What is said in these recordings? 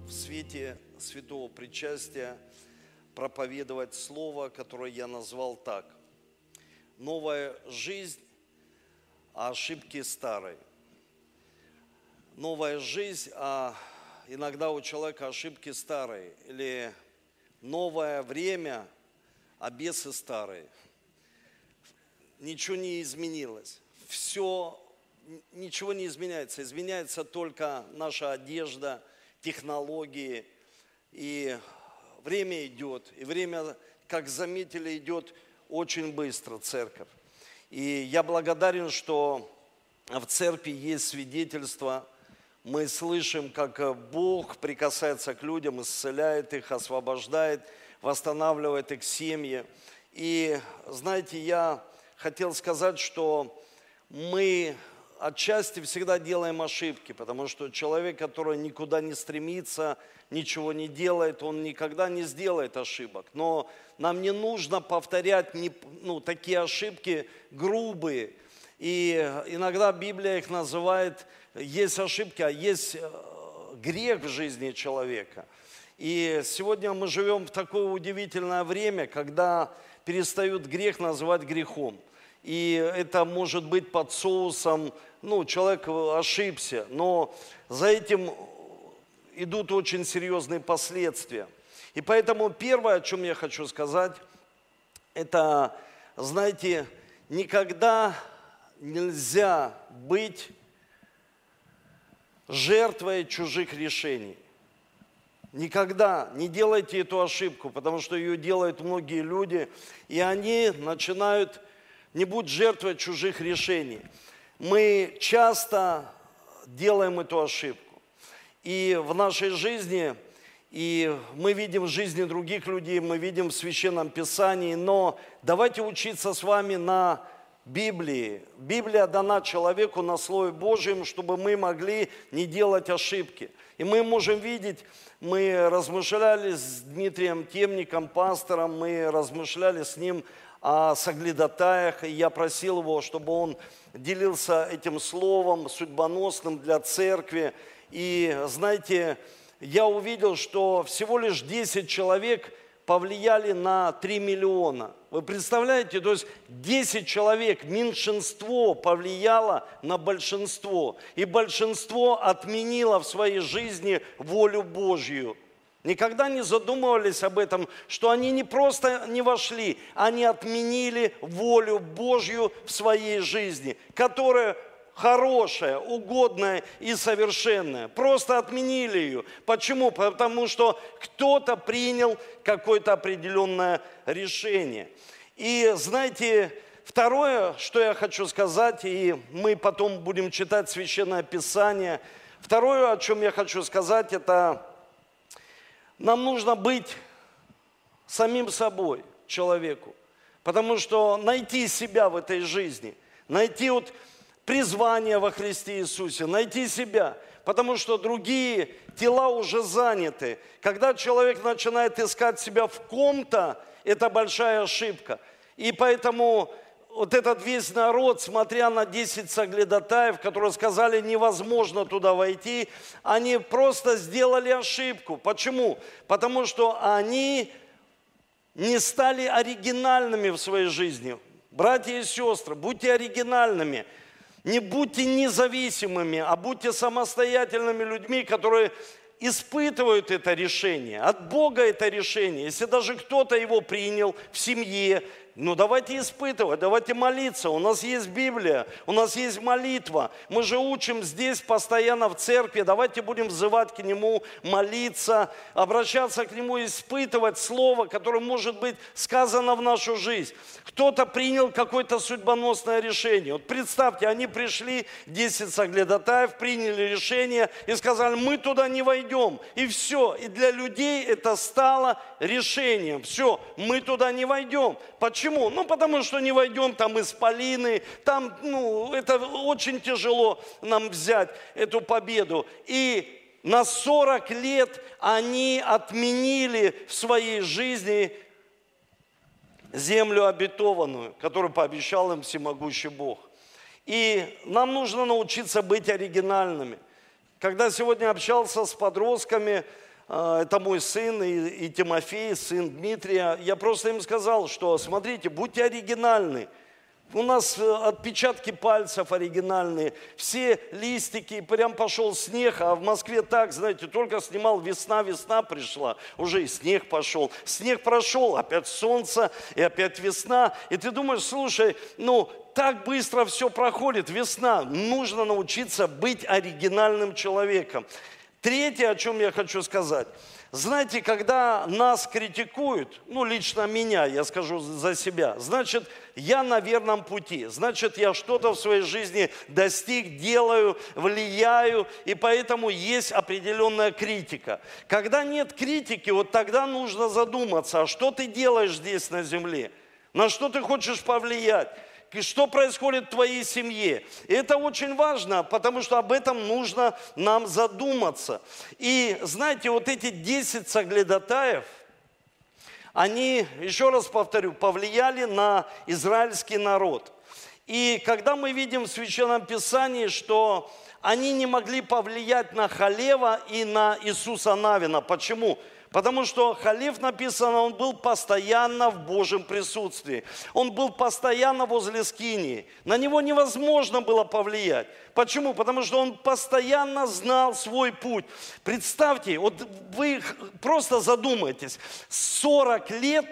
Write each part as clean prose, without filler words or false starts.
в свете святого причастия проповедовать слово, которое я назвал так: «Новая жизнь, а ошибки старой». Новая жизнь, а иногда у человека ошибки старые. Или новое время, а бесы старые. Ничего не изменилось. Все, ничего не изменяется. Изменяется только наша одежда, технологии. И время идет. И время, как заметили, идет очень быстро, церковь. И я благодарен, что в церкви есть свидетельство. Мы слышим, как Бог прикасается к людям, исцеляет их, освобождает, восстанавливает их семьи. И, знаете, я хотел сказать, что мы отчасти всегда делаем ошибки, потому что человек, который никуда не стремится, ничего не делает, он никогда не сделает ошибок. Но нам не нужно повторять такие ошибки грубые. И иногда Библия их называет, есть ошибки, а есть грех в жизни человека. И сегодня мы живем в такое удивительное время, когда перестают грех называть грехом. И это может быть под соусом, человек ошибся, но за этим идут очень серьезные последствия. И поэтому первое, о чем я хочу сказать, это, знаете, никогда нельзя быть жертвой чужих решений. Никогда не делайте эту ошибку, потому что ее делают многие люди, и они начинают: не будь жертвой чужих решений. Мы часто делаем эту ошибку. И в нашей жизни, и мы видим в жизни других людей, мы видим в Священном Писании, но давайте учиться с вами на Библии. Библия дана человеку на Слове Божьем, чтобы мы могли не делать ошибки. И мы можем видеть, мы размышляли с Дмитрием Темником, пастором, мы размышляли с ним о соглядатаях, и я просил его, чтобы он делился этим словом судьбоносным для церкви. И знаете, я увидел, что всего лишь 10 человек повлияли на 3 миллиона. Вы представляете, то есть 10 человек, меньшинство повлияло на большинство. И большинство отменило в своей жизни волю Божью. Никогда не задумывались об этом, что они не просто не вошли, они отменили волю Божью в своей жизни, которая хорошая, угодная и совершенная. Просто отменили ее. Почему? Потому что кто-то принял какое-то определенное решение. И знаете, второе, что я хочу сказать, и мы потом будем читать Священное Писание. Второе, о чем я хочу сказать, это нам нужно быть самим собой, человеку. Потому что найти себя в этой жизни, найти призвание во Христе Иисусе, найти себя, потому что другие тела уже заняты. Когда человек начинает искать себя в ком-то, это большая ошибка. И поэтому этот весь народ, смотря на 10 соглядатаев, которые сказали, невозможно туда войти, они просто сделали ошибку. Почему? Потому что они не стали оригинальными в своей жизни. Братья и сестры, будьте оригинальными. Не будьте независимыми, а будьте самостоятельными людьми, которые испытывают это решение. От Бога это решение. Если даже кто-то его принял в семье, давайте испытывать, давайте молиться. У нас есть Библия, у нас есть молитва. Мы же учим здесь постоянно в церкви. Давайте будем взывать к Нему, молиться, обращаться к Нему, испытывать Слово, которое может быть сказано в нашу жизнь. Кто-то принял какое-то судьбоносное решение. Представьте, они пришли, 10 соглядатаев, приняли решение и сказали, мы туда не войдем. И все. И для людей это стало решением. Все, мы туда не войдем. Почему? Потому что не войдем, там исполины, там, это очень тяжело нам взять эту победу. И на 40 лет они отменили в своей жизни землю обетованную, которую пообещал им всемогущий Бог. И нам нужно научиться быть оригинальными. Когда сегодня общался с подростками, это мой сын и Тимофей, сын Дмитрия, я просто им сказал, что смотрите, будьте оригинальны. У нас отпечатки пальцев оригинальные, все листики, прям пошел снег, а в Москве так, знаете, только снимал весна пришла, уже и снег пошел. Снег прошел, опять солнце, и опять весна. И ты думаешь, слушай, так быстро все проходит, весна. Нужно научиться быть оригинальным человеком. Третье, о чем я хочу сказать. Знаете, когда нас критикуют, лично меня, я скажу за себя, значит, я на верном пути, значит, я что-то в своей жизни достиг, делаю, влияю, и поэтому есть определенная критика. Когда нет критики, вот тогда нужно задуматься, а что ты делаешь здесь на земле, на что ты хочешь повлиять. Что происходит в твоей семье. И это очень важно, потому что об этом нужно нам задуматься. И знаете, вот эти 10 соглядатаев, они, еще раз повторю, повлияли на израильский народ. И когда мы видим в Священном Писании, что они не могли повлиять на Халева и на Иисуса Навина. Почему? Потому что Халев, написано, он был постоянно в Божьем присутствии. Он был постоянно возле скинии. На него невозможно было повлиять. Почему? Потому что он постоянно знал свой путь. Представьте, вот вы просто задумайтесь, 40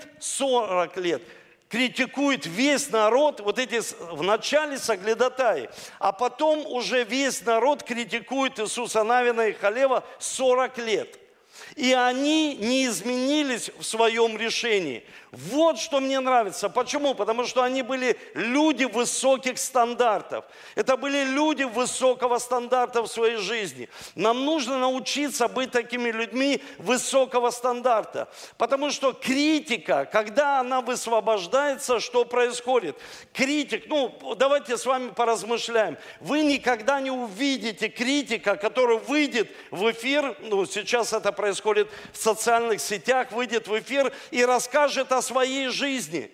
лет критикует весь народ, вот эти вначале соглядатаи, а потом уже весь народ критикует Иисуса Навина и Халева 40 лет. И они не изменились в своем решении. Вот что мне нравится. Почему? Потому что они были люди высоких стандартов. Это были люди высокого стандарта в своей жизни. Нам нужно научиться быть такими людьми высокого стандарта. Потому что критика, когда она высвобождается, что происходит? Критик, давайте с вами поразмышляем. Вы никогда не увидите критика, который выйдет в эфир, сейчас это происходит в социальных сетях, выйдет в эфир и расскажет о своей жизни.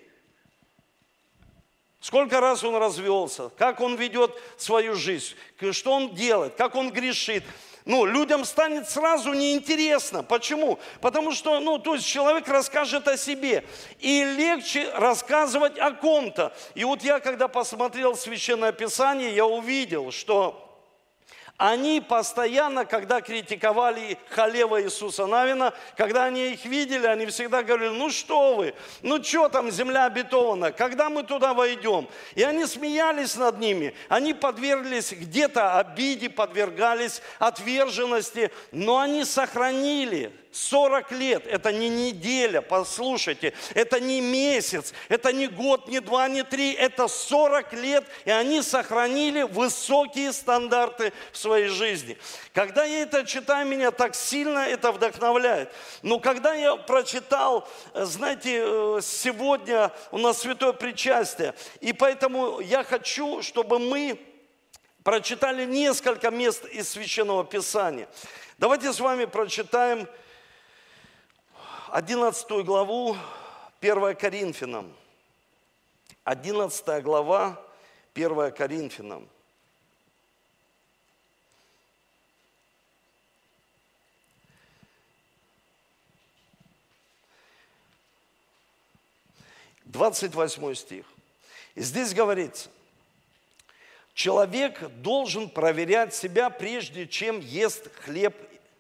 Сколько раз он развелся, как он ведет свою жизнь, что он делает, как он грешит. Людям станет сразу неинтересно. Почему? Потому что, то есть человек расскажет о себе. И легче рассказывать о ком-то. И вот я, когда посмотрел Священное Писание, я увидел, что они постоянно, когда критиковали Халева Иисуса Навина, когда они их видели, они всегда говорили, что вы, что там земля обетована, когда мы туда войдем? И они смеялись над ними, они подверглись где-то обиде, подвергались отверженности, но они сохранили 40 лет, это не неделя, послушайте, это не месяц, это не год, не два, не три, это 40 лет, и они сохранили высокие стандарты в своей жизни. Когда я это читаю, меня так сильно это вдохновляет. Но когда я прочитал, знаете, сегодня у нас святое причастие, и поэтому я хочу, чтобы мы прочитали несколько мест из Священного Писания. Давайте с вами прочитаем 11 главу 1 Коринфянам. 11 глава 1 Коринфянам. (28 стих). И здесь говорится, человек должен проверять себя, прежде чем ест хлеб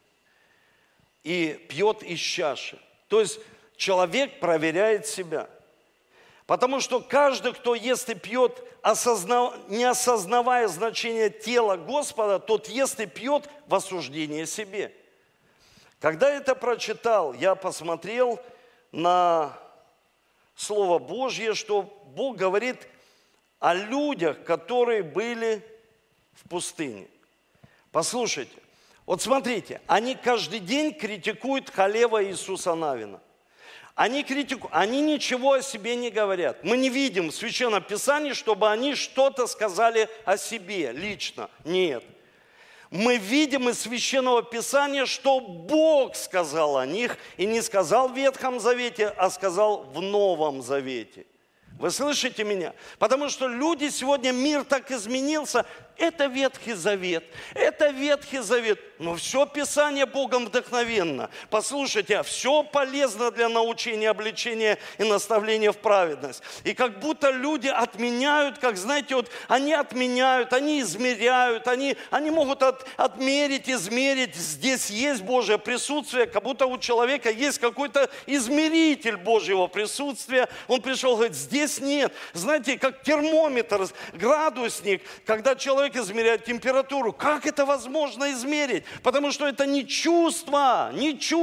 и пьет из чаши. То есть человек проверяет себя. Потому что каждый, кто ест и пьет, не осознавая значение тела Господа, тот ест и пьет в осуждение себе. Когда я это прочитал, я посмотрел на Слово Божье, что Бог говорит о людях, которые были в пустыне. Послушайте. Вот смотрите, они каждый день критикуют Халева Иисуса Навина. Они ничего о себе не говорят. Мы не видим в Священном Писании, чтобы они что-то сказали о себе лично. Нет. Мы видим из Священного Писания, что Бог сказал о них, и не сказал в Ветхом Завете, а сказал в Новом Завете. Вы слышите меня? Потому что люди сегодня, мир так изменился, Это Ветхий Завет, это Ветхий Завет. Но все Писание Богом вдохновенно. Послушайте, все полезно для научения, обличения и наставления в праведность. И как будто люди отменяют, как знаете, вот они отменяют, они измеряют, они могут отмерить, измерить. Здесь есть Божье присутствие, как будто у человека есть какой-то измеритель Божьего присутствия. Он пришел, говорит, здесь нет. Знаете, как термометр, градусник, когда человек измеряет температуру. Как это возможно измерить? Потому что это не чувство,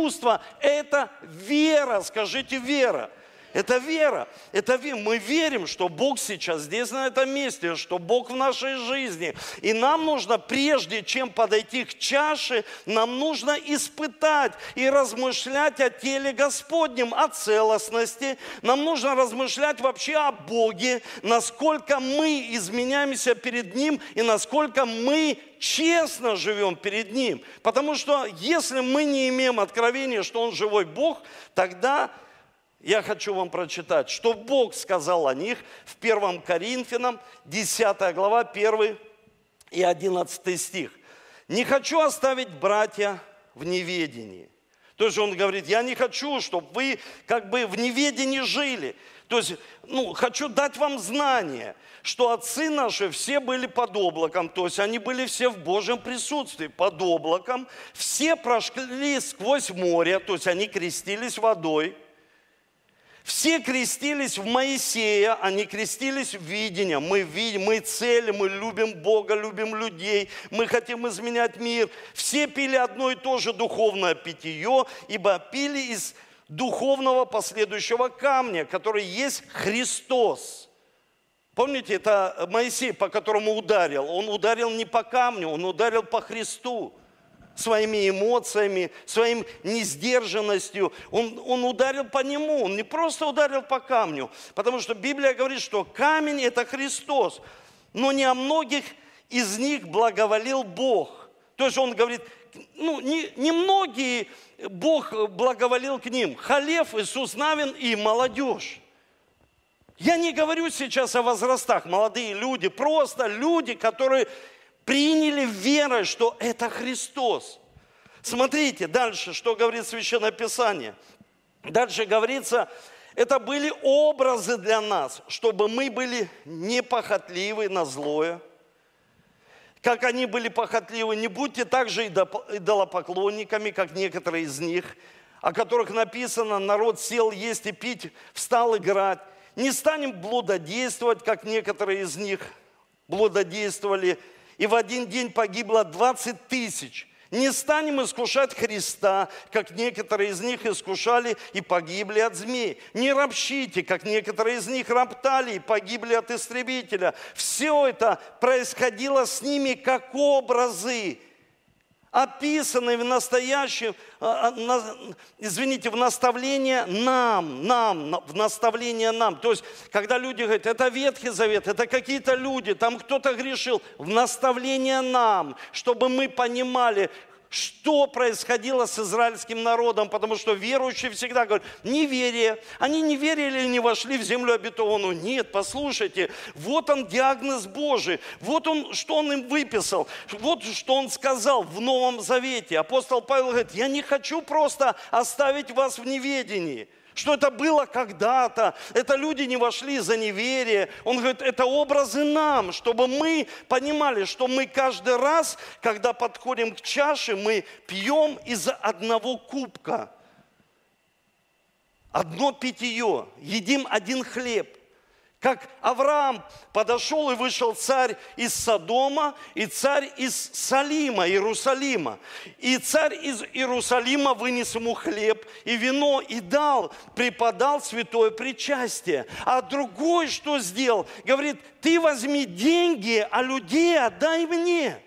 это вера. Скажите, вера. Это вера. Мы верим, что Бог сейчас здесь, на этом месте, что Бог в нашей жизни. И нам нужно, прежде чем подойти к чаше, нам нужно испытать и размышлять о теле Господнем, о целостности. Нам нужно размышлять вообще о Боге, насколько мы изменяемся перед Ним и насколько мы честно живем перед Ним. Потому что если мы не имеем откровения, что Он живой Бог, тогда... Я хочу вам прочитать, что Бог сказал о них в 1 Коринфянам, 10 глава, 1 и 11 стих. «Не хочу оставить, братья, в неведении». То есть он говорит, я не хочу, чтобы вы как бы в неведении жили. То есть, хочу дать вам знание, что отцы наши все были под облаком, то есть они были все в Божьем присутствии, под облаком. Все прошли сквозь море, то есть они крестились водой. Все крестились в Моисея, они крестились в видение. Мы цели, мы любим Бога, любим людей, мы хотим изменять мир. Все пили одно и то же духовное питье, ибо пили из духовного последующего камня, который есть Христос. Помните, это Моисей, по которому ударил. Он ударил не по камню, он ударил по Христу. Своими эмоциями, своей несдержанностью. Он ударил по нему, он не просто ударил по камню, потому что Библия говорит, что камень – это Христос, но не о многих из них благоволил Бог. То есть он говорит, не многие Бог благоволил к ним. Халев, Иисус Навин и молодежь. Я не говорю сейчас о возрастах, молодые люди, просто люди, которые... приняли верой, что это Христос. Смотрите дальше, что говорит Священное Писание. Дальше говорится, это были образы для нас, чтобы мы были непохотливы на злое. Как они были похотливы, не будьте также идолопоклонниками, как некоторые из них, о которых написано, народ сел есть и пить, встал играть. Не станем блудодействовать, как некоторые из них блудодействовали, и в один день погибло 20 тысяч. Не станем искушать Христа, как некоторые из них искушали и погибли от змей. Не ропщите, как некоторые из них роптали и погибли от истребителя. Все это происходило с ними как образы, описанные в настоящем, в наставление нам, в наставление нам. То есть, когда люди говорят, это Ветхий Завет, это какие-то люди, там кто-то грешил, в наставление нам, чтобы мы понимали, что происходило с израильским народом, потому что верующие всегда говорят, неверие. Они не верили и не вошли в землю обетованную. Нет, послушайте, вот он диагноз Божий, вот он, что он им выписал, вот что он сказал в Новом Завете. Апостол Павел говорит, я не хочу просто оставить вас в неведении. Что это было когда-то, это люди не вошли за неверие. Он говорит, это образы нам, чтобы мы понимали, что мы каждый раз, когда подходим к чаше, мы пьем из одного кубка. Одно питье, едим один хлеб. Как Авраам подошел и вышел царь из Содома и царь из Салима, Иерусалима. И царь из Иерусалима вынес ему хлеб и вино и дал, преподал святое причастие. А другой что сделал? Говорит, ты возьми деньги, а людей отдай мне.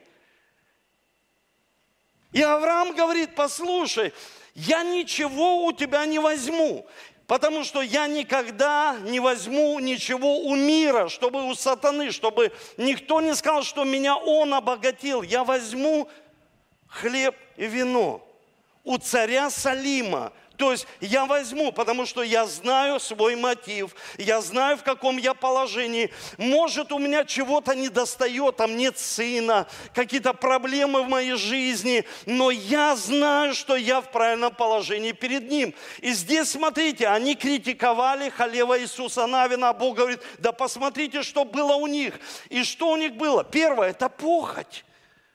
И Авраам говорит, послушай, я ничего у тебя не возьму. Потому что я никогда не возьму ничего у мира, чтобы у сатаны, чтобы никто не сказал, что меня он обогатил. Я возьму хлеб и вино. у царя Салима. То есть я возьму, потому что я знаю свой мотив, я знаю, в каком я положении. Может, у меня чего-то недостает, там нет сына, какие-то проблемы в моей жизни, но я знаю, что я в правильном положении перед ним. И здесь, смотрите, они критиковали Халева Иисуса Навина, а Бог говорит, да посмотрите, что было у них. И что у них было? Первое – это похоть.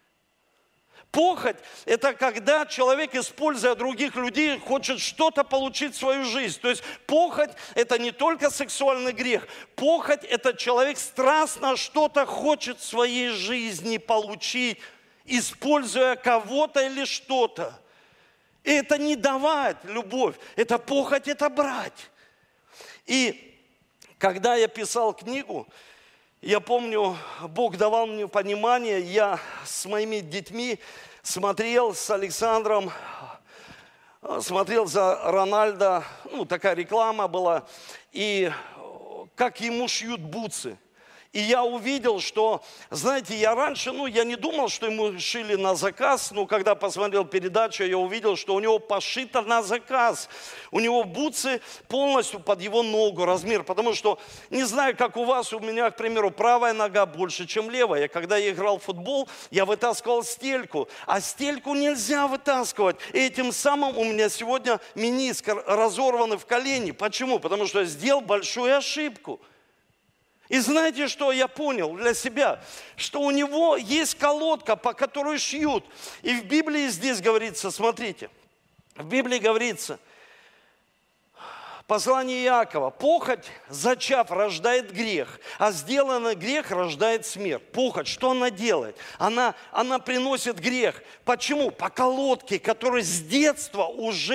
Похоть – это когда человек, используя других людей, хочет что-то получить в свою жизнь. То есть похоть – это не только сексуальный грех. Похоть – это человек страстно что-то хочет в своей жизни получить, используя кого-то или что-то. И это не давать любовь, это похоть, это брать. И когда я писал книгу, я помню, Бог давал мне понимание, я с моими детьми смотрел с Александром, смотрел за Рональдо, такая реклама была, и как ему шьют бутсы. И я увидел, что, знаете, я раньше, я не думал, что ему шили на заказ, но когда посмотрел передачу, я увидел, что у него пошито на заказ. У него бутсы полностью под его ногу, размер, потому что, не знаю, как у вас, у меня, к примеру, правая нога больше, чем левая. Когда я играл в футбол, я вытаскивал стельку, а стельку нельзя вытаскивать. И этим самым у меня сегодня мениск разорван в колени. Почему? Потому что я сделал большую ошибку. И знаете, что я понял для себя? Что у него есть колодка, по которой шьют. И в Библии здесь говорится, смотрите, в Библии говорится, послание Иакова, похоть, зачав, рождает грех, а сделанный грех рождает смерть. Похоть, что она делает? Она приносит грех. Почему? По колодке, которая с детства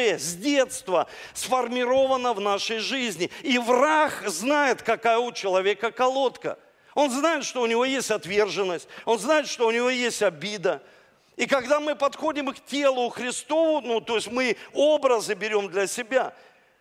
сформирована в нашей жизни. И враг знает, какая у человека колодка. Он знает, что у него есть отверженность, он знает, что у него есть обида. И когда мы подходим к телу Христову, то есть мы образы берем для себя,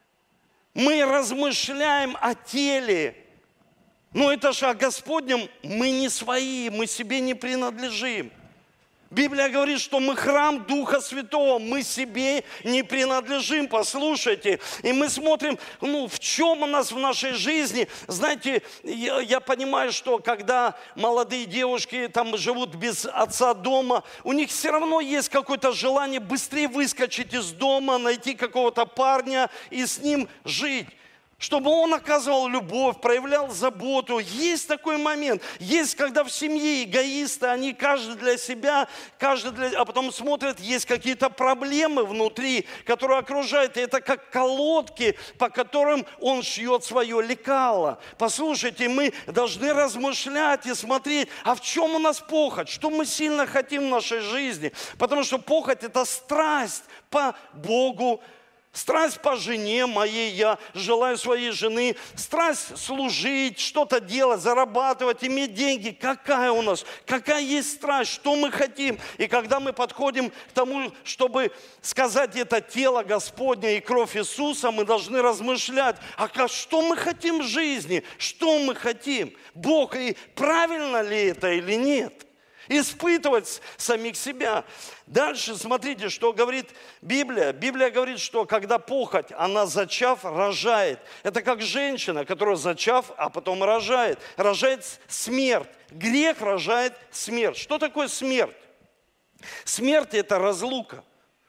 мы размышляем о теле. Но это же о Господнем мы не свои, мы себе не принадлежим. Библия говорит, что мы храм Духа Святого, мы себе не принадлежим, послушайте. И мы смотрим, в чем у нас в нашей жизни. Знаете, я понимаю, что когда молодые девушки там живут без отца дома, у них все равно есть какое-то желание быстрее выскочить из дома, найти какого-то парня и с ним жить. Чтобы он оказывал любовь, проявлял заботу. Есть такой момент. Есть, когда в семье эгоисты, они каждый для себя, а потом смотрят, есть какие-то проблемы внутри, которые окружают. И это как колодки, по которым он шьет свое лекало. Послушайте, мы должны размышлять и смотреть, а в чем у нас похоть, что мы сильно хотим в нашей жизни. Потому что похоть – это страсть по Богу, страсть по жене моей, я желаю своей жены, страсть служить, что-то делать, зарабатывать, иметь деньги. Какая у нас, какая есть страсть, что мы хотим. И когда мы подходим к тому, чтобы сказать это тело Господне и кровь Иисуса, мы должны размышлять, что мы хотим в жизни, что мы хотим. Бог, и правильно ли это или нет? Испытывать самих себя. Дальше смотрите, что говорит Библия. Библия говорит, что когда похоть, она зачав, рожает. Это как женщина, которая зачав, а потом рожает. Рожает смерть. Грех рожает смерть. Что такое смерть? Смерть – это разлука.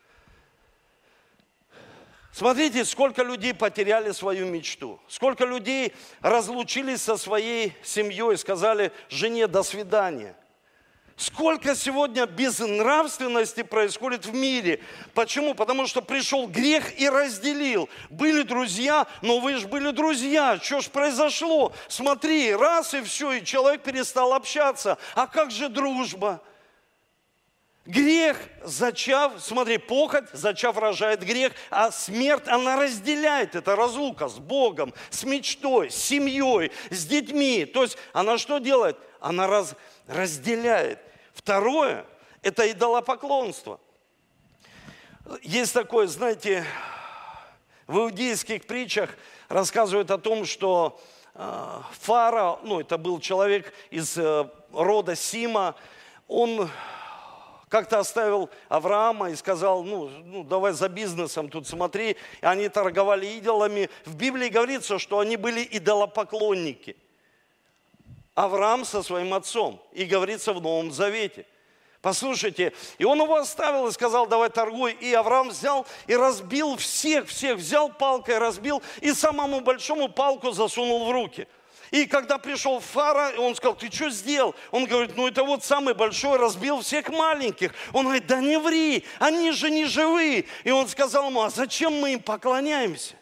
Смотрите, сколько людей потеряли свою мечту. Сколько людей разлучились со своей семьей, сказали жене «до свидания». Сколько сегодня безнравственности происходит в мире. Почему? Потому что пришел грех и разделил. Были друзья, но вы же были друзья. Что ж произошло? Смотри, раз и все, и человек перестал общаться. А как же дружба? Грех, зачав, смотри, похоть, зачав рожает грех, а смерть, она разделяет. Это разлука с Богом, с мечтой, с семьей, с детьми. То есть она что делает? Она разделяет. Второе – это идолопоклонство. Есть такое, знаете, в иудейских притчах рассказывают о том, что Фара, это был человек из рода Сима, он как-то оставил Авраама и сказал, давай за бизнесом тут смотри. И они торговали идолами. В Библии говорится, что они были идолопоклонники. Авраам со своим отцом. И говорится в Новом Завете. Послушайте, и он его оставил и сказал, давай торгуй. И Авраам взял и разбил всех, взял палкой, разбил, и самому большому палку засунул в руки. И когда пришел Фара, он сказал, ты что сделал? Он говорит, это вот самый большой разбил всех маленьких. Он говорит, да не ври, они же не живые. И он сказал ему, а зачем мы им поклоняемся?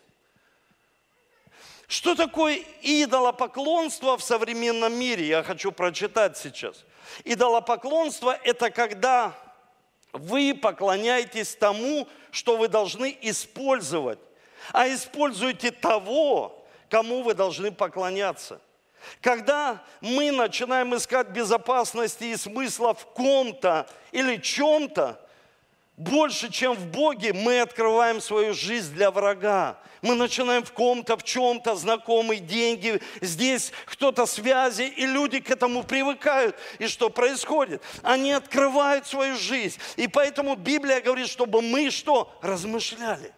Что такое идолопоклонство в современном мире? Я хочу прочитать сейчас. Идолопоклонство – это когда вы поклоняетесь тому, что вы должны использовать, а используете того, кому вы должны поклоняться. Когда мы начинаем искать безопасности и смысла в ком-то или чем-то, больше, чем в Боге, мы открываем свою жизнь для врага. Мы начинаем в ком-то, в чем-то, знакомые деньги, здесь кто-то связи, и люди к этому привыкают. И что происходит? Они открывают свою жизнь. И поэтому Библия говорит, чтобы мы что? Размышляли.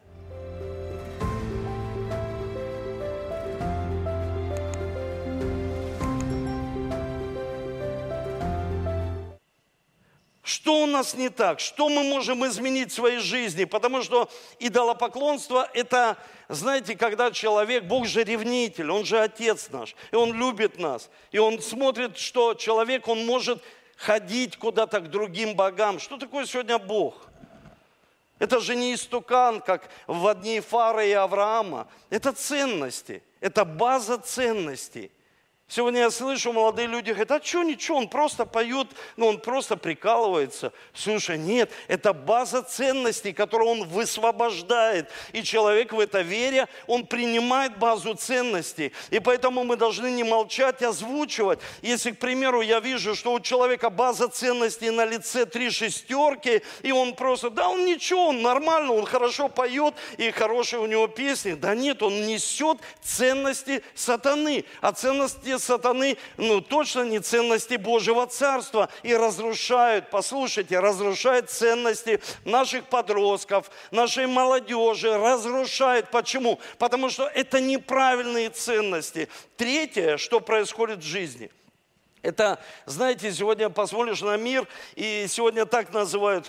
Что у нас не так? Что мы можем изменить в своей жизни? Потому что идолопоклонство – это, знаете, когда человек, Бог же ревнитель, Он же Отец наш, и Он любит нас. И Он смотрит, что человек, он может ходить куда-то к другим богам. Что такое сегодня Бог? Это же не истукан, как в дни Фары и Авраама. Это ценности, это база ценностей. Сегодня я слышу, молодые люди говорят, а что, ничего, он просто поет, он просто прикалывается. Слушай, нет, это база ценностей, которую он высвобождает. И человек в это веря, он принимает базу ценностей. И поэтому мы должны не молчать, а озвучивать. Если, к примеру, я вижу, что у человека база ценностей на лице 3 шестерки, и он просто, он ничего, он нормально, он хорошо поет, и хорошие у него песни. Да нет, он несет ценности сатаны. А ценности сатаны, точно не ценности Божьего Царства. И разрушают, послушайте, разрушают ценности наших подростков, нашей молодежи. Разрушают. Почему? Потому что это неправильные ценности. Третье, что происходит в жизни. Это, знаете, сегодня посмотришь на мир, и сегодня так называют,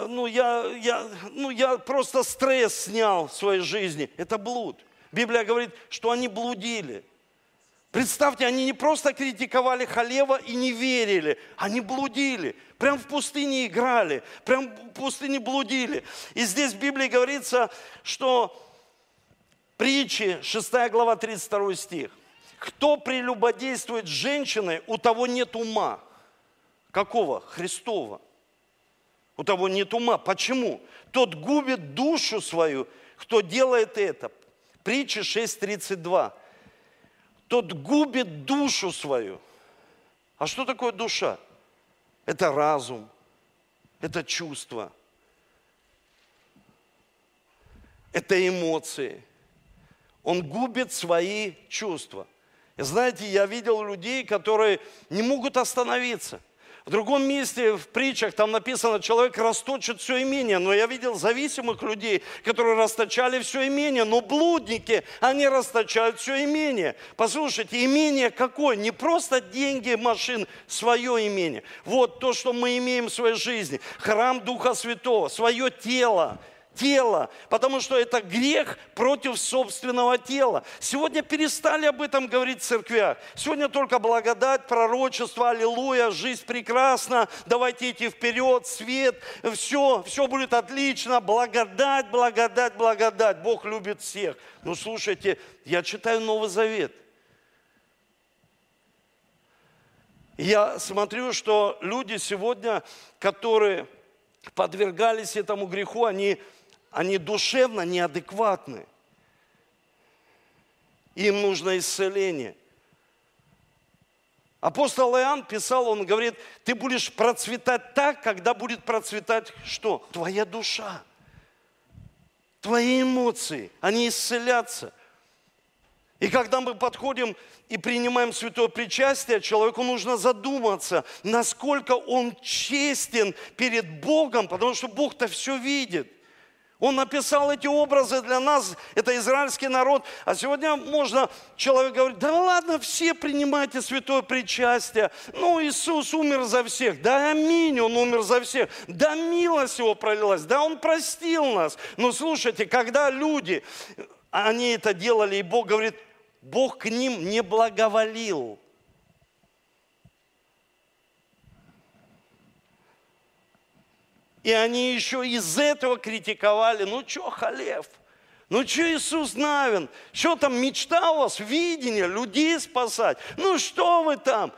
я просто стресс снял в своей жизни. Это блуд. Библия говорит, что они блудили. Представьте, они не просто критиковали Халева и не верили, они блудили. Прям в пустыне играли, прям в пустыне блудили. И здесь в Библии говорится, что притчи, 6 глава, 32 стих. Кто прелюбодействует с женщиной, у того нет ума. Какого? Христова. У того нет ума. Почему? Тот губит душу свою, кто делает это. Притчи 6:32. Тот губит душу свою. А что такое душа? Это разум, это чувства, это эмоции. Он губит свои чувства. И знаете, я видел людей, которые не могут остановиться. В другом месте, в притчах, там написано, человек расточит все имение. Но я видел зависимых людей, которые расточали все имение. Но блудники, они расточают все имение. Послушайте, имение какое? Не просто деньги, машин, свое имение. Вот то, что мы имеем в своей жизни. Храм Духа Святого, свое тело. Потому что это грех против собственного тела. Сегодня перестали об этом говорить в церквях. Сегодня только благодать, пророчество, аллилуйя, жизнь прекрасна, давайте идти вперед, свет, все будет отлично, благодать. Бог любит всех. Ну слушайте, я читаю Новый Завет. Я смотрю, что люди сегодня, которые подвергались этому греху, они душевно неадекватны. Им нужно исцеление. Апостол Иоанн писал, он говорит, ты будешь процветать так, когда будет процветать что? Твоя душа. Твои эмоции, они исцелятся. И когда мы подходим и принимаем святое причастие, человеку нужно задуматься, насколько он честен перед Богом, потому что Бог-то все видит. Он написал эти образы для нас, это израильский народ. А сегодня можно, человек говорит, да ладно, все принимайте святое причастие. Ну, Иисус умер за всех. Да аминь, Он умер за всех. Да милость Его пролилась, да Он простил нас. Но слушайте, когда люди, они это делали, и Бог говорит, Бог к ним не благоволил. И они еще из этого критиковали. Ну что, Халев? Ну что, Иисус Навин? Что там, мечта у вас, видение, людей спасать? Ну что вы там?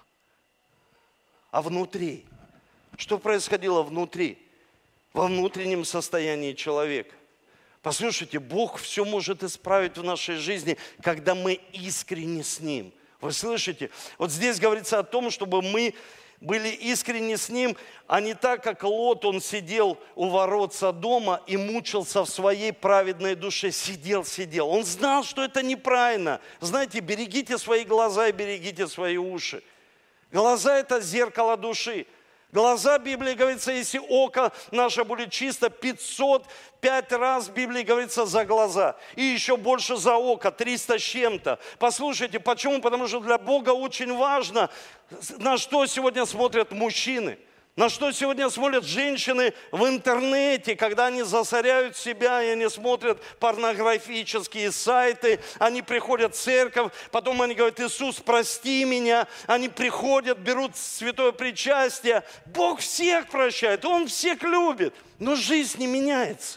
А внутри? Что происходило внутри? Во внутреннем состоянии человека. Послушайте, Бог все может исправить в нашей жизни, когда мы искренне с Ним. Вы слышите? Вот здесь говорится о том, чтобы мы были искренни с Ним, а не так, как Лот, он сидел у ворот Содома и мучился в своей праведной душе. Сидел. Он знал, что это неправильно. Знаете, берегите свои глаза и берегите свои уши. Глаза – это зеркало души. Глаза, Библия говорится, если око наше будет чисто, 505 раз в Библии говорится за глаза. И еще больше за око, 300 с чем-то. Послушайте, почему? Потому что для Бога очень важно, на что сегодня смотрят мужчины. На что сегодня смотрят женщины в интернете, когда они засоряют себя, и они смотрят порнографические сайты, они приходят в церковь, потом они говорят, Иисус, прости меня, они приходят, берут святое причастие. Бог всех прощает, Он всех любит, но жизнь не меняется.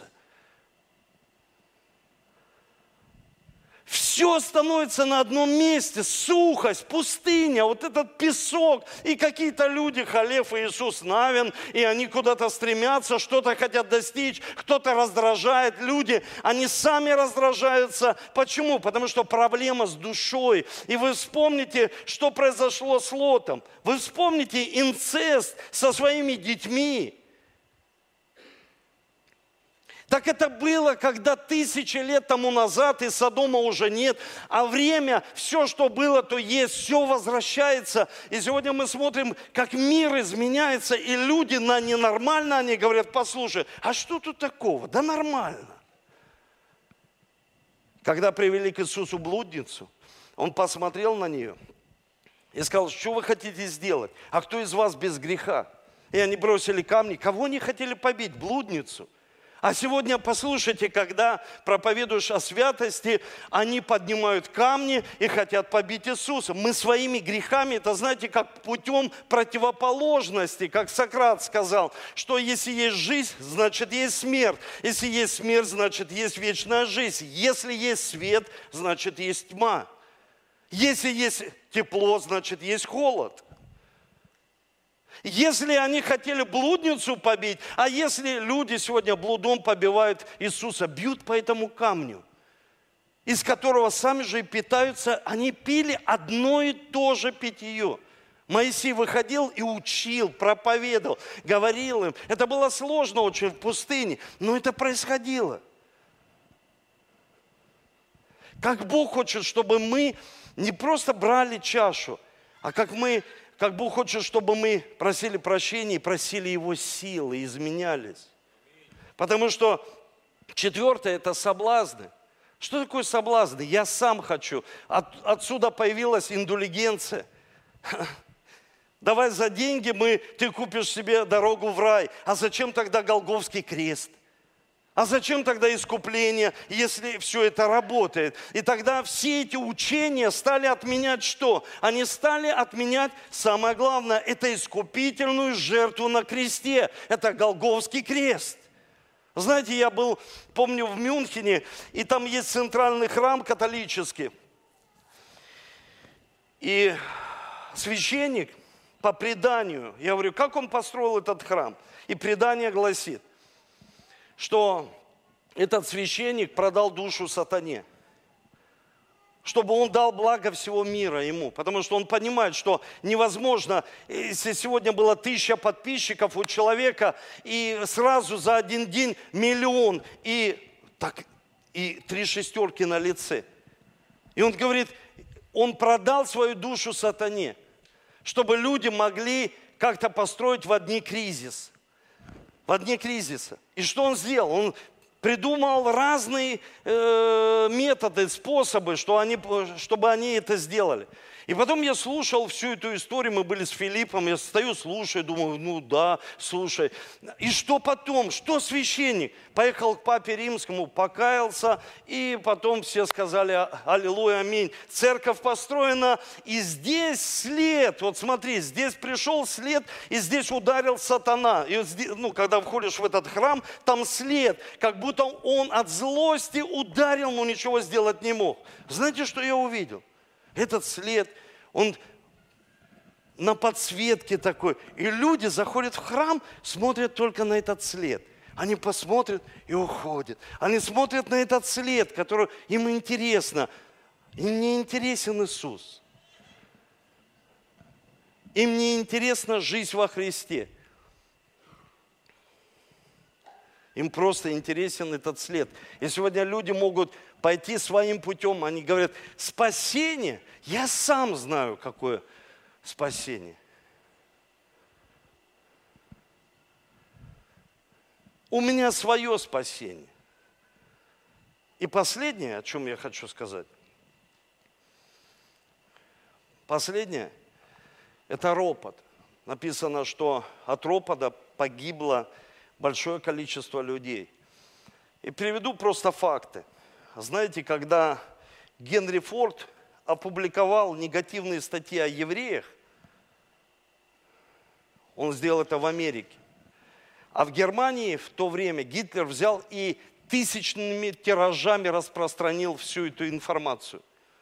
Все становится на одном месте, сухость, пустыня, вот этот песок. И какие-то люди, Халев и Иисус Навин, и они куда-то стремятся, что-то хотят достичь, кто-то раздражает. Люди, они сами раздражаются. Почему? Потому что проблема с душой. И вы вспомните, что произошло с Лотом. Вы вспомните инцест со своими детьми. Так это было, когда 1000 лет тому назад, и Содома уже нет, а время, все, что было, то есть, все возвращается. И сегодня мы смотрим, как мир изменяется, и люди на ненормально, они говорят, послушай, а что тут такого? Да нормально. Когда привели к Иисусу блудницу, Он посмотрел на нее и сказал, что вы хотите сделать? А кто из вас без греха? И они бросили камни. Кого они хотели побить? Блудницу. А сегодня, послушайте, когда проповедуешь о святости, они поднимают камни и хотят побить Иисуса. Мы своими грехами, это знаете, как путем противоположности, как Сократ сказал, что если есть жизнь, значит есть смерть. Если есть смерть, значит есть вечная жизнь. Если есть свет, значит есть тьма. Если есть тепло, значит есть холод. Если они хотели блудницу побить, а если люди сегодня блудом побивают Иисуса, бьют по этому камню, из которого сами же и питаются, они пили одно и то же питье. Моисей выходил и учил, проповедовал, говорил им. Это было сложно очень в пустыне, но это происходило. Как Бог хочет, чтобы мы не просто брали чашу, а как Бог хочет, чтобы мы просили прощения и просили Его силы, изменялись. Потому что 4 – это соблазны. Что такое соблазны? Я сам хочу. Отсюда появилась индулигенция. Давай за деньги ты купишь себе дорогу в рай. А зачем тогда Голгофский крест? А зачем тогда искупление, если все это работает? И тогда все эти учения стали отменять что? Они стали отменять, самое главное, это искупительную жертву на кресте. Это Голгофский крест. Знаете, я был, помню, в Мюнхене, и там есть центральный храм католический. И священник по преданию, я говорю, как он построил этот храм? И предание гласит, что этот священник продал душу сатане, чтобы он дал благо всего мира ему. Потому что он понимает, что невозможно, если сегодня было 1000 подписчиков у человека, и сразу за один день 1 000 000, и 3 шестерки на лице. И он говорит, он продал свою душу сатане, чтобы люди могли как-то построить в дни кризиса. В дни кризиса. И что он сделал? Он придумал разные методы, способы, чтобы они это сделали. И потом я слушал всю эту историю, мы были с Филиппом, я стою, слушаю, думаю, ну да, слушай. И что потом? Что священник? Поехал к папе римскому, покаялся, и потом все сказали аллилуйя, аминь. Церковь построена, и здесь след, вот смотри, здесь пришел след, и здесь ударил сатана. И здесь, когда входишь в этот храм, там след, как будто он от злости ударил, но ничего сделать не мог. Знаете, что я увидел? Этот след, он на подсветке такой. И люди заходят в храм, смотрят только на этот след. Они посмотрят и уходят. Они смотрят на этот след, который им интересно. Им не интересен Иисус. Им не интересна жизнь во Христе. Им просто интересен этот след. И сегодня люди могут пойти своим путем. Они говорят, спасение, я сам знаю, какое спасение. У меня свое спасение. И последнее, о чем я хочу сказать. Последнее, это ропот. Написано, что от ропота погибло большое количество людей. И приведу просто факты. Знаете, когда Генри Форд опубликовал негативные статьи о евреях, он сделал это в Америке. А в Германии в то время Гитлер взял и тысячными тиражами распространил всю эту информацию.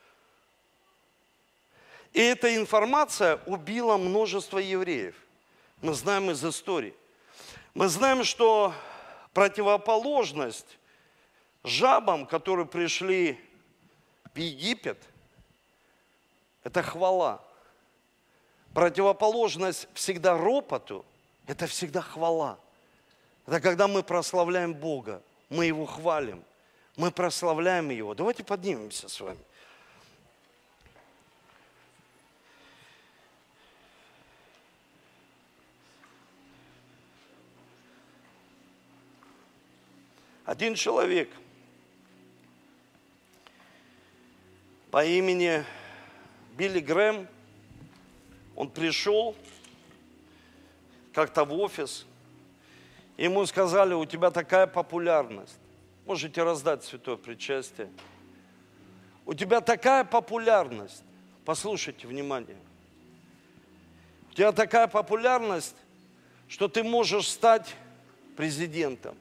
И эта информация убила множество евреев. Мы знаем из истории. Мы знаем, что противоположность жабам, которые пришли в Египет, это хвала. Противоположность всегда ропоту, это всегда хвала. Это когда мы прославляем Бога, мы Его хвалим, мы прославляем Его. Давайте поднимемся с вами. Один человек по имени Билли Грэм, он пришел как-то в офис, ему сказали, у тебя такая популярность, можете раздать святое причастие, у тебя такая популярность, послушайте внимание, у тебя такая популярность, что ты можешь стать президентом.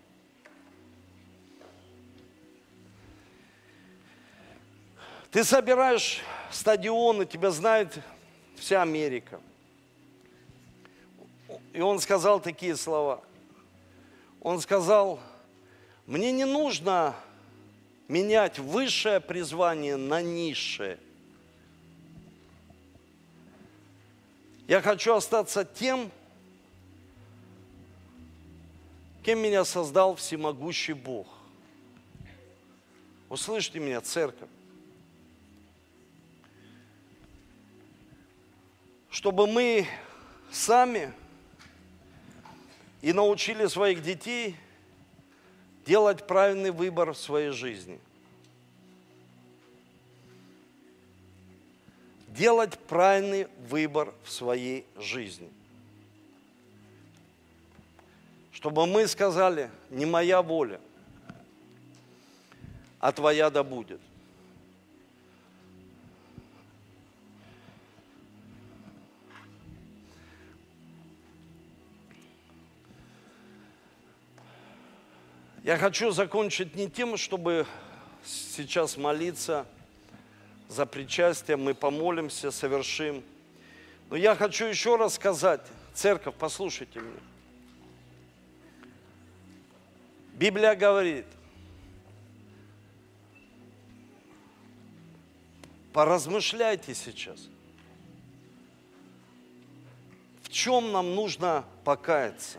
Ты собираешь стадионы, тебя знает вся Америка. И он сказал такие слова. Он сказал, мне не нужно менять высшее призвание на низшее. Я хочу остаться тем, кем меня создал всемогущий Бог. Услышьте меня, церковь. Чтобы мы сами и научили своих детей делать правильный выбор в своей жизни. Делать правильный выбор в своей жизни. Чтобы мы сказали, не моя воля, а твоя да будет. Я хочу закончить не тем, чтобы сейчас молиться за причастие, мы помолимся, совершим. Но я хочу еще раз сказать, церковь, послушайте меня. Библия говорит, поразмышляйте сейчас, в чем нам нужно покаяться.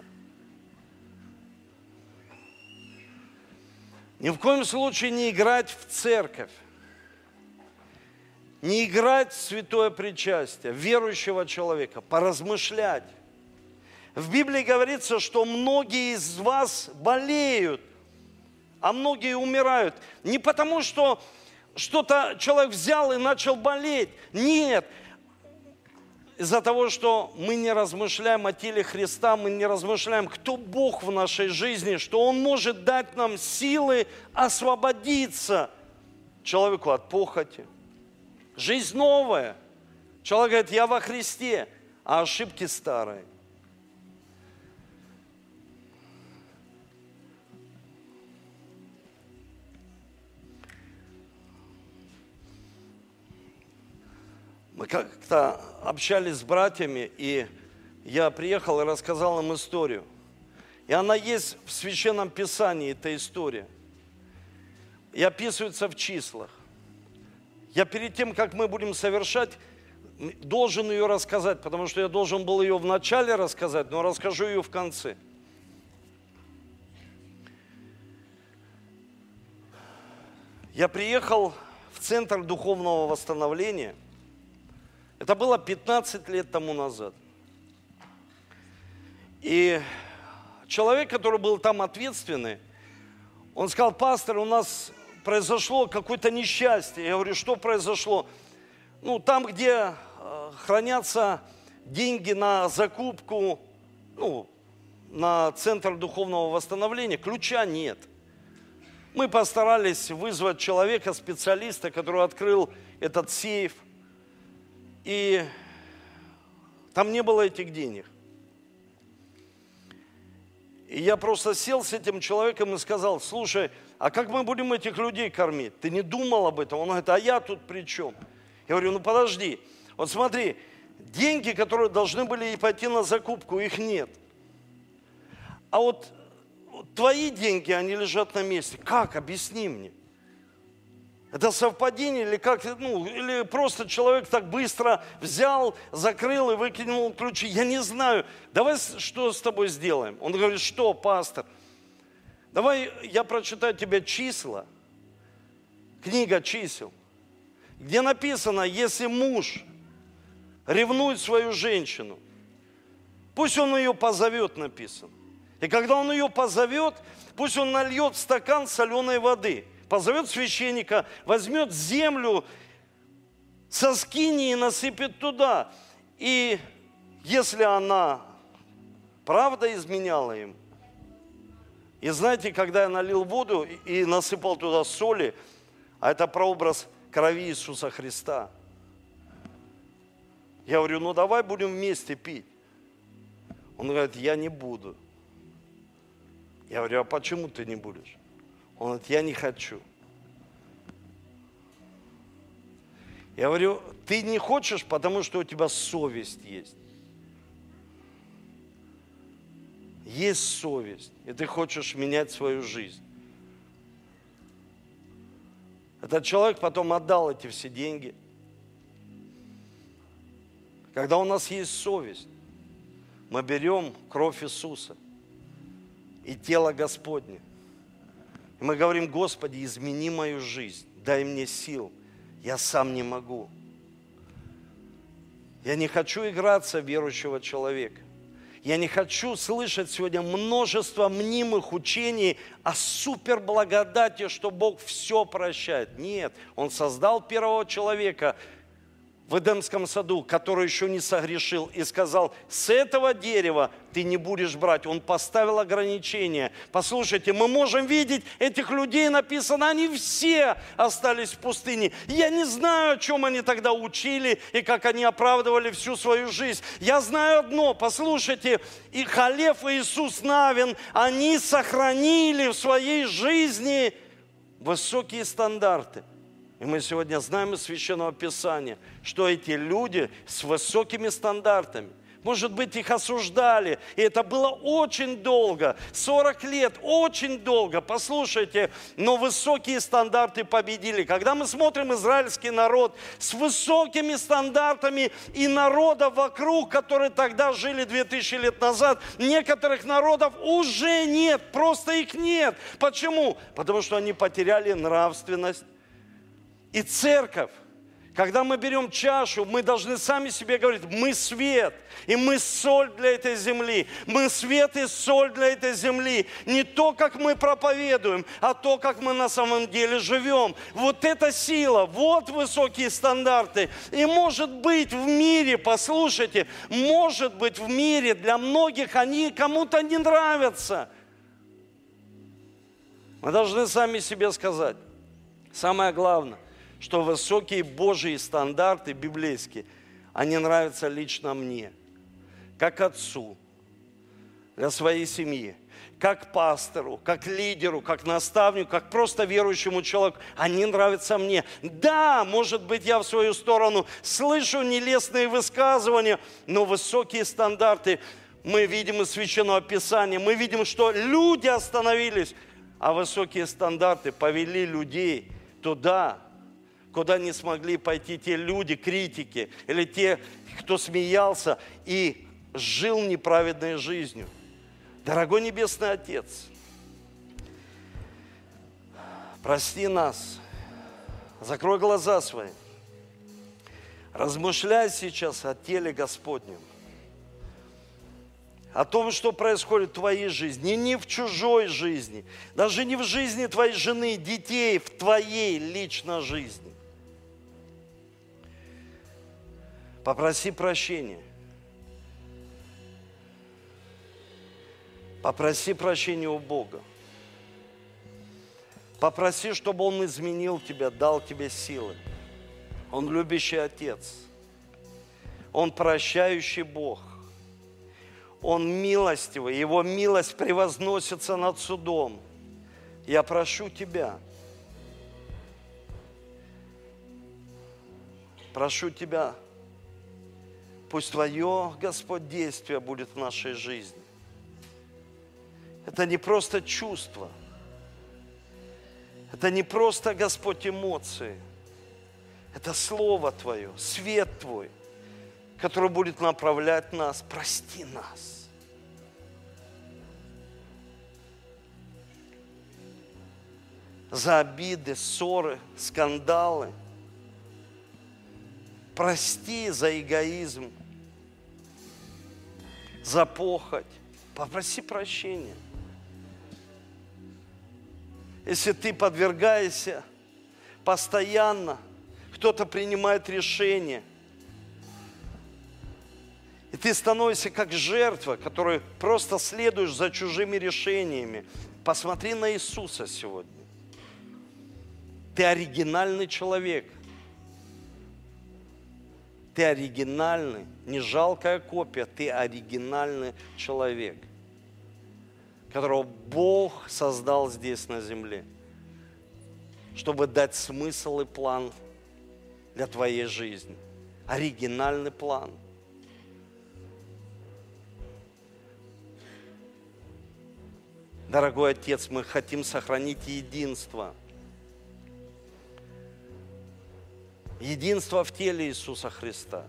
Ни в коем случае не играть в церковь. не играть в святое причастие верующего человека, поразмышлять. В Библии говорится, что многие из вас болеют, а многие умирают. Не потому, что что-то человек взял и начал болеть. Нет. Из-за того, что мы не размышляем о теле Христа, мы не размышляем, кто Бог в нашей жизни, что Он может дать нам силы освободиться человеку от похоти. Жизнь новая. Человек говорит, я во Христе, а ошибки старые. Мы как-то общались с братьями, и я приехал и рассказал им историю. И она есть в Священном Писании, эта история. И описывается в числах. Я перед тем, как мы будем совершать, должен ее рассказать, потому что я должен был ее в начале рассказать, но расскажу ее в конце. Я приехал в Центр Духовного Восстановления. Это было 15 лет тому назад. И человек, который был там ответственный, он сказал, пастор, у нас произошло какое-то несчастье. Я говорю, что произошло? Ну, там, где хранятся деньги на закупку, на Центр Духовного Восстановления, ключа нет. Мы постарались вызвать человека, специалиста, который открыл этот сейф. И там не было этих денег. И я просто сел с этим человеком и сказал, слушай, а как мы будем этих людей кормить? Ты не думал об этом? Он говорит, а я тут при чем? Я говорю, ну подожди, вот смотри, деньги, которые должны были пойти на закупку, их нет. А вот твои деньги, они лежат на месте. Как? Объясни мне. Это совпадение или как? Или просто человек так быстро взял, закрыл и выкинул ключи. Я не знаю. Давай что с тобой сделаем? Он говорит, что, пастор? Давай я прочитаю тебе числа. Книга чисел. Где написано, если муж ревнует свою женщину, пусть он ее позовет, написано. И когда он ее позовет, пусть он нальет в стакан соленой воды. Позовет священника, возьмет землю со скинии и насыпет туда. И если она правда изменяла им, и знаете, когда я налил воду и насыпал туда соли, а это прообраз крови Иисуса Христа, я говорю, ну давай будем вместе пить. Он говорит, я не буду. Я говорю, а почему ты не будешь? Он говорит, я не хочу. Я говорю, ты не хочешь, потому что у тебя совесть есть. Есть совесть, и ты хочешь менять свою жизнь. Этот человек потом отдал эти все деньги. Когда у нас есть совесть, мы берем кровь Иисуса и тело Господне. И мы говорим, Господи, измени мою жизнь, дай мне сил, я сам не могу. Я не хочу играться в верующего человека. Я не хочу слышать сегодня множество мнимых учений о суперблагодати, что Бог все прощает. Нет, Он создал первого человека в Эдемском саду, который еще не согрешил, и сказал, с этого дерева ты не будешь брать. Он поставил ограничения. Послушайте, мы можем видеть этих людей, написано, они все остались в пустыне. Я не знаю, о чем они тогда учили и как они оправдывали всю свою жизнь. Я знаю одно, послушайте, и Халев, и Иисус Навин, они сохранили в своей жизни высокие стандарты. И мы сегодня знаем из Священного Писания, что эти люди с высокими стандартами, может быть, их осуждали, и это было очень долго, 40 лет, очень долго, послушайте, но высокие стандарты победили. Когда мы смотрим израильский народ с высокими стандартами и народов вокруг, которые тогда жили 2000 лет назад, некоторых народов уже нет, просто их нет. Почему? Потому что они потеряли нравственность. И церковь Когда мы берем чашу, мы должны сами себе говорить: мы свет, и мы соль для этой земли. Мы свет и соль для этой земли. Не то, как мы проповедуем, а то, как мы на самом деле живем. Вот это сила, вот высокие стандарты. И может быть в мире, послушайте, может быть в мире для многих они кому-то не нравятся. Мы должны сами себе сказать, самое главное, что высокие Божьи стандарты библейские, они нравятся лично мне, как отцу, для своей семьи, как пастору, как лидеру, как наставнику, как просто верующему человеку. Они нравятся мне. Да, может быть, я в свою сторону слышу нелестные высказывания, но высокие стандарты мы видим из Священного Писания. Мы видим, что люди остановились, а высокие стандарты повели людей туда, куда не смогли пойти те люди, критики, или те, кто смеялся и жил неправедной жизнью. Дорогой Небесный Отец, прости нас, закрой глаза свои, размышляй сейчас о теле Господнем, о том, что происходит в твоей жизни, не в чужой жизни, даже не в жизни твоей жены, детей, в твоей личной жизни. Попроси прощения. Попроси прощения у Бога. Попроси, чтобы Он изменил тебя, дал тебе силы. Он любящий Отец. Он прощающий Бог. Он милостивый. Его милость превозносится над судом. Я прошу тебя. Прошу тебя. Пусть Твое, Господь, действие будет в нашей жизни. Это не просто чувство. Это не просто, Господь, эмоции. Это Слово Твое, свет Твой, который будет направлять нас. Прости нас. За обиды, ссоры, скандалы. Прости за эгоизм, за похоть. Попроси прощения. Если ты подвергаешься постоянно, кто-то принимает решение, и ты становишься как жертва, которой просто следуешь за чужими решениями. Посмотри на Иисуса сегодня. Ты оригинальный человек. Ты оригинальный, не жалкая копия, ты оригинальный человек, которого Бог создал здесь на земле, чтобы дать смысл и план для твоей жизни. Оригинальный план. Дорогой Отец, мы хотим сохранить единство. Единство в теле Иисуса Христа.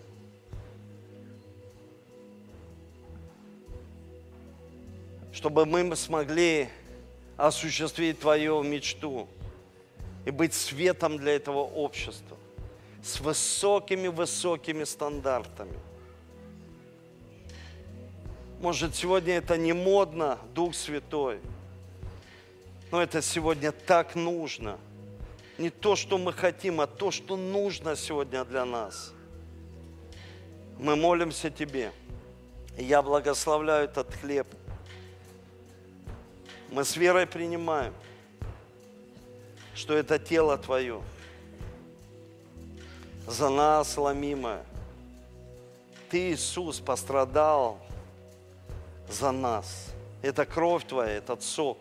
Чтобы мы смогли осуществить Твою мечту и быть светом для этого общества с высокими стандартами. Может, сегодня это не модно, Дух Святой, но это сегодня так нужно. Не то, что мы хотим, а то, что нужно сегодня для нас. Мы молимся Тебе. И я благословляю этот хлеб. Мы с верой принимаем, что это тело Твое, за нас ломимое. Ты, Иисус, пострадал за нас. Это кровь Твоя, этот сок.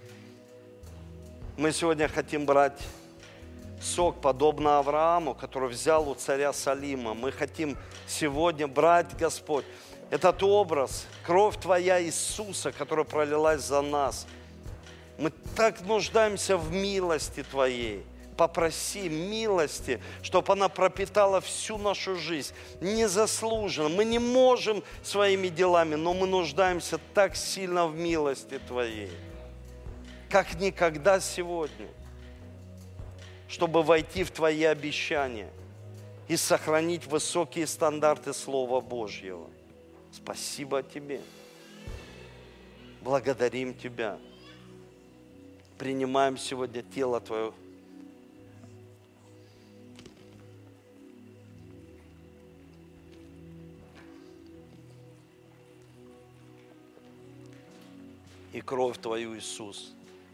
Мы сегодня хотим брать сок, подобно Аврааму, который взял у царя Салима. Мы хотим сегодня брать, Господь, этот образ, кровь Твоя Иисуса, которая пролилась за нас. Мы так нуждаемся в милости Твоей. Попроси милости, чтобы она пропитала всю нашу жизнь. Незаслуженно. Мы не можем своими делами, но мы нуждаемся так сильно в милости Твоей, как никогда сегодня, чтобы войти в Твои обещания. и сохранить высокие стандарты Слова Божьего. Спасибо Тебе. Благодарим Тебя. Принимаем сегодня тело Твое. И кровь Твою, Иисус.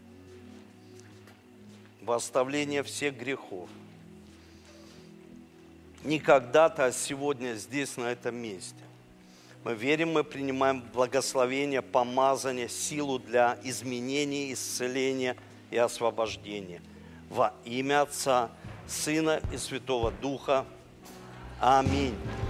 Во оставление всех грехов. Не когда-то, а сегодня здесь, на этом месте. Мы верим, мы принимаем благословение, помазание, силу для изменений, исцеления и освобождения. Во имя Отца, Сына и Святого Духа. Аминь.